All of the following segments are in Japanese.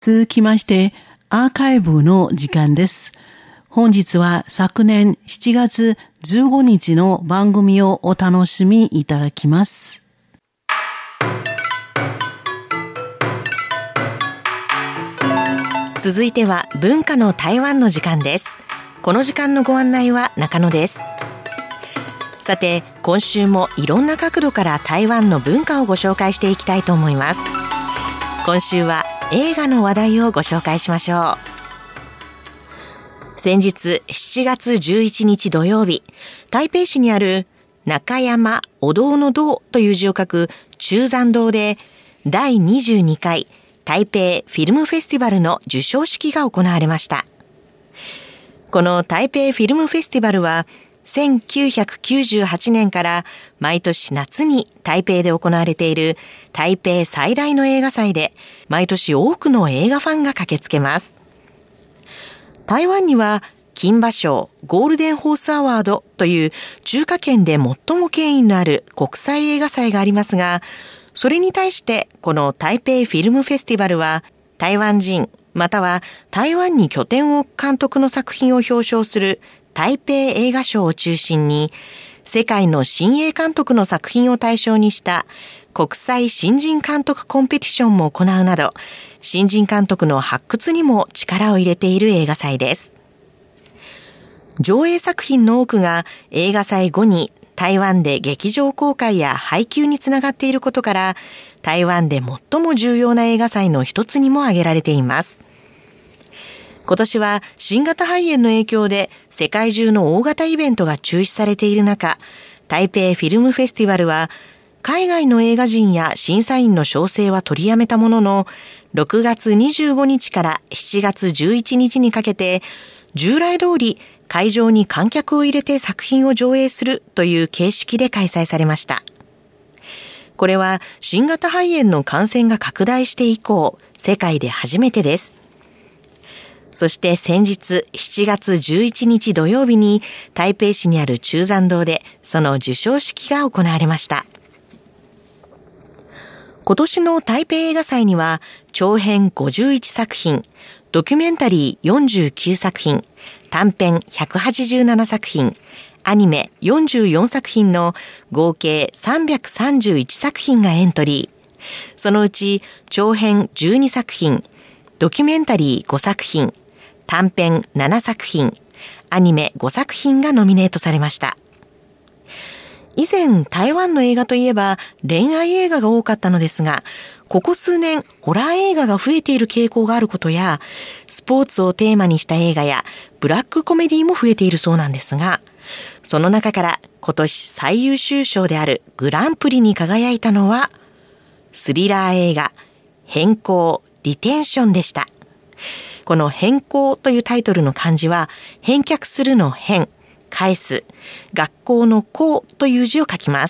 続きまして、アーカイブの時間です。本日は昨年7月15日の番組をお楽しみいただきます。 続いては文化の台湾の時間です。この時間のご案内は中野です。さて、今週もいろんな角度から台湾の文化をご紹介していきたいと思います。今週は映画の話題をご紹介しましょう。先日7月11日土曜日、台北市にある中山お堂の堂という字を書く中山堂で第22回台北フィルムフェスティバルの授賞式が行われました。この台北フィルムフェスティバルは1998年から毎年夏に台北で行われている台北最大の映画祭で、毎年多くの映画ファンが駆けつけます。台湾には金馬賞、ゴールデンホースアワードという中華圏で最も権威のある国際映画祭がありますが、それに対してこの台北フィルムフェスティバルは台湾人または台湾に拠点を置く監督の作品を表彰する台北映画賞を中心に世界の新鋭監督の作品を対象にした国際新人監督コンペティションも行うなど、新人監督の発掘にも力を入れている映画祭です。上映作品の多くが映画祭後に台湾で劇場公開や配給につながっていることから、台湾で最も重要な映画祭の一つにも挙げられています。今年は新型肺炎の影響で世界中の大型イベントが中止されている中、台北フィルムフェスティバルは海外の映画人や審査員の招請は取りやめたものの、6月25日から7月11日にかけて従来通り会場に観客を入れて作品を上映するという形式で開催されました。これは新型肺炎の感染が拡大して以降、世界で初めてです。そして先日7月11日土曜日に台北市にある中山堂でその授賞式が行われました。今年の台北映画祭には長編51作品、ドキュメンタリー49作品、短編187作品、アニメ44作品の合計331作品がエントリー。そのうち長編12作品、ドキュメンタリー5作品、短編7作品、アニメ5作品がノミネートされました。以前台湾の映画といえば恋愛映画が多かったのですが、ここ数年ホラー映画が増えている傾向があることや、スポーツをテーマにした映画やブラックコメディも増えているそうなんですが、その中から今年最優秀賞であるグランプリに輝いたのはスリラー映画変更ディテンションでした。この変更というタイトルの漢字は返却するの返、返す、学校の校という字を書きます。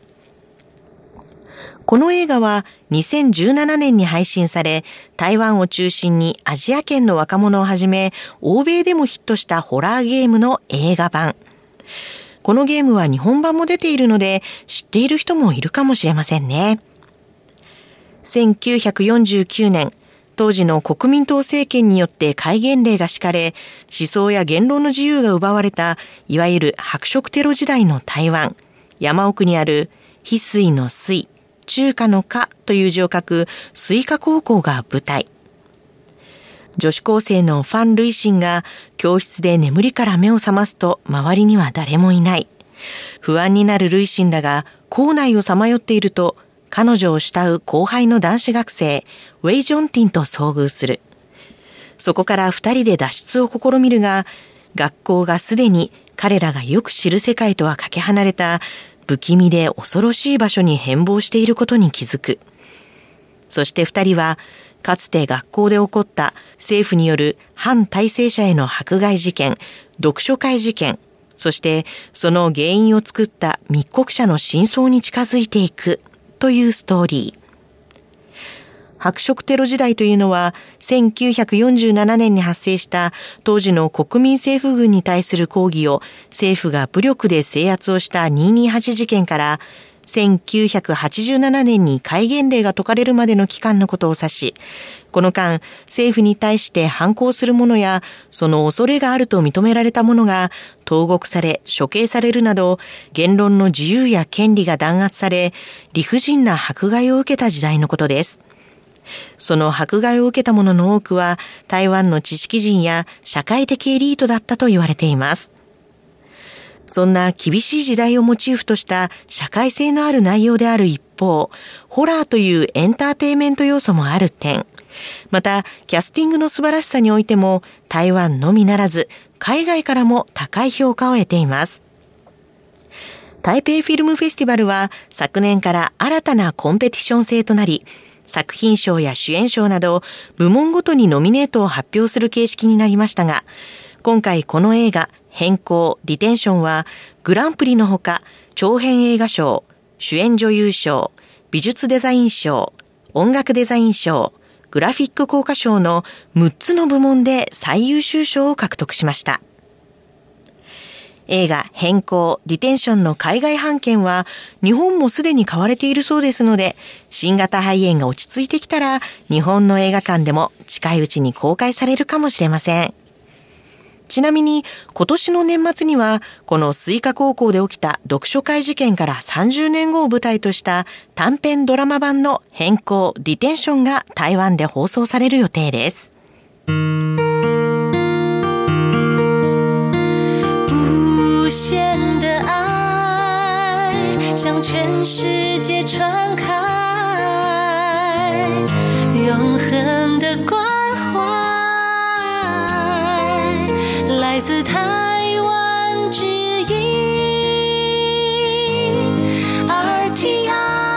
この映画は2017年に配信され、台湾を中心にアジア圏の若者をはじめ欧米でもヒットしたホラーゲームの映画版。このゲームは日本版も出ているので知っている人もいるかもしれませんね。1949年、当時の国民党政権によって戒厳令が敷かれ、思想や言論の自由が奪われたいわゆる白色テロ時代の台湾、山奥にある翡翠の翠、中華の華という字を書く水華高校が舞台。女子高生のファン・ルイシンが教室で眠りから目を覚ますと周りには誰もいない。不安になるルイシンだが校内をさまよっていると、彼女を慕う後輩の男子学生ウェイ・ジョンティンと遭遇する。そこから二人で脱出を試みるが、学校がすでに彼らがよく知る世界とはかけ離れた不気味で恐ろしい場所に変貌していることに気づく。そして二人はかつて学校で起こった政府による反体制者への迫害事件、読書会事件、そしてその原因を作った密告者の真相に近づいていくというストーリー。白色テロ時代というのは1947年に発生した当時の国民政府軍に対する抗議を政府が武力で制圧をした228事件から 1987年に戒厳令が解かれるまでの期間のことを指し、この間、政府に対して反抗する者や、その恐れがあると認められた者が投獄され、処刑されるなど、言論の自由や権利が弾圧され、理不尽な迫害を受けた時代のことです。その迫害を受けた者の多くは、台湾の知識人や社会的エリートだったと言われています。そんな厳しい時代をモチーフとした社会性のある内容である一方、ホラーというエンターテインメント要素もある点、またキャスティングの素晴らしさにおいても台湾のみならず海外からも高い評価を得ています。台北フィルムフェスティバルは昨年から新たなコンペティション制となり、作品賞や主演賞など部門ごとにノミネートを発表する形式になりましたが、今回この映画変更ディテンションはグランプリのほか長編映画賞、主演女優賞、美術デザイン賞、音楽デザイン賞、グラフィック効果賞の6つの部門で最優秀賞を獲得しました。映画変更ディテンションの海外版権は日本もすでに買われているそうですので、新型肺炎が落ち着いてきたら日本の映画館でも近いうちに公開されるかもしれません。ちなみに今年の年末にはこの水華高校で起きた読書会事件から30年後を舞台とした短編ドラマ版の変更ディテンションが台湾で放送される予定です。無限的愛向全世界傳開，永恆的關懷來自台灣之音 RTI。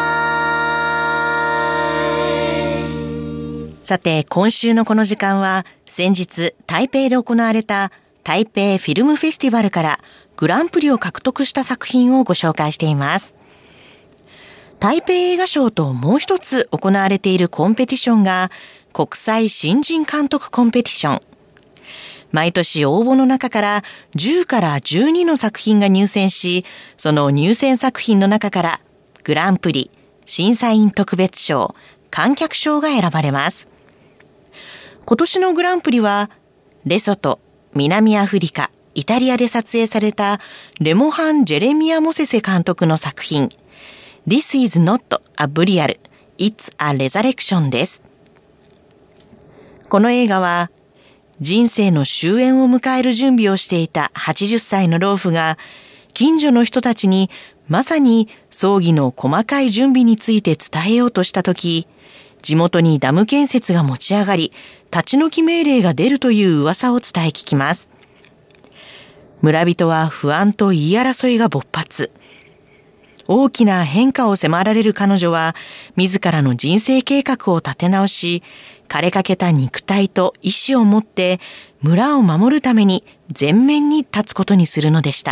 さて今週のこの時間は先日台北で行われた台北フィルムフェスティバルからグランプリを獲得した作品をご紹介しています。台北映画賞ともう一つ行われているコンペティションが国際新人監督コンペティション。毎年応募の中から10から12の作品が入選し、その入選作品の中からグランプリ、審査員特別賞、観客賞が選ばれます。今年のグランプリはレソト、南アフリカ、イタリアで撮影されたレモハン・ジェレミア・モセセ監督の作品 This is not a burial, it's a resurrection です。この映画は人生の終焉を迎える準備をしていた80歳の老夫が近所の人たちにまさに葬儀の細かい準備について伝えようとしたとき、地元にダム建設が持ち上がり、立ち退き命令が出るという噂を伝え聞きます。村人は不安と言い争いが勃発。大きな変化を迫られる彼女は、自らの人生計画を立て直し、枯れかけた肉体と意志を持って村を守るために前面に立つことにするのでした。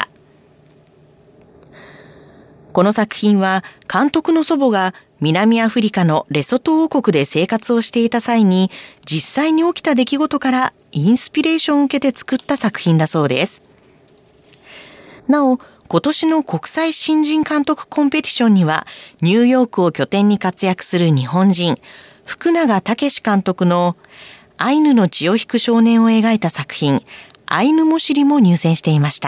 この作品は監督の祖母が南アフリカのレソト王国で生活をしていた際に実際に起きた出来事からインスピレーションを受けて作った作品だそうです。なお、今年の国際新人監督コンペティションにはニューヨークを拠点に活躍する日本人福永武監督のアイヌの血を引く少年を描いた作品アイヌモシリも入選していました。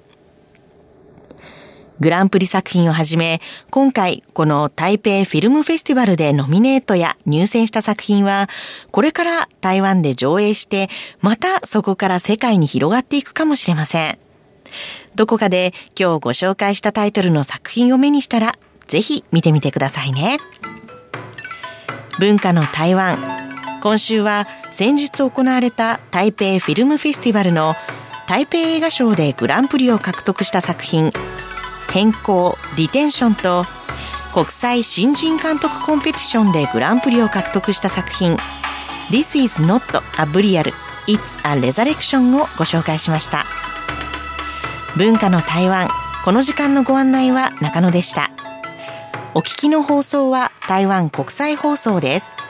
グランプリ作品をはじめ、今回この台北フィルムフェスティバルでノミネートや入選した作品は、これから台湾で上映して、またそこから世界に広がっていくかもしれません。どこかで今日ご紹介したタイトルの作品を目にしたら、ぜひ見てみてくださいね。文化の台湾。今週は先日行われた台北フィルムフェスティバルの台北映画賞でグランプリを獲得した作品、変更ディテンションと国際新人監督コンペティションでグランプリを獲得した作品 This is not a burial, it's a resurrection をご紹介しました。文化の台湾、この時間のご案内は中野でした。お聞きの放送は台湾国際放送です。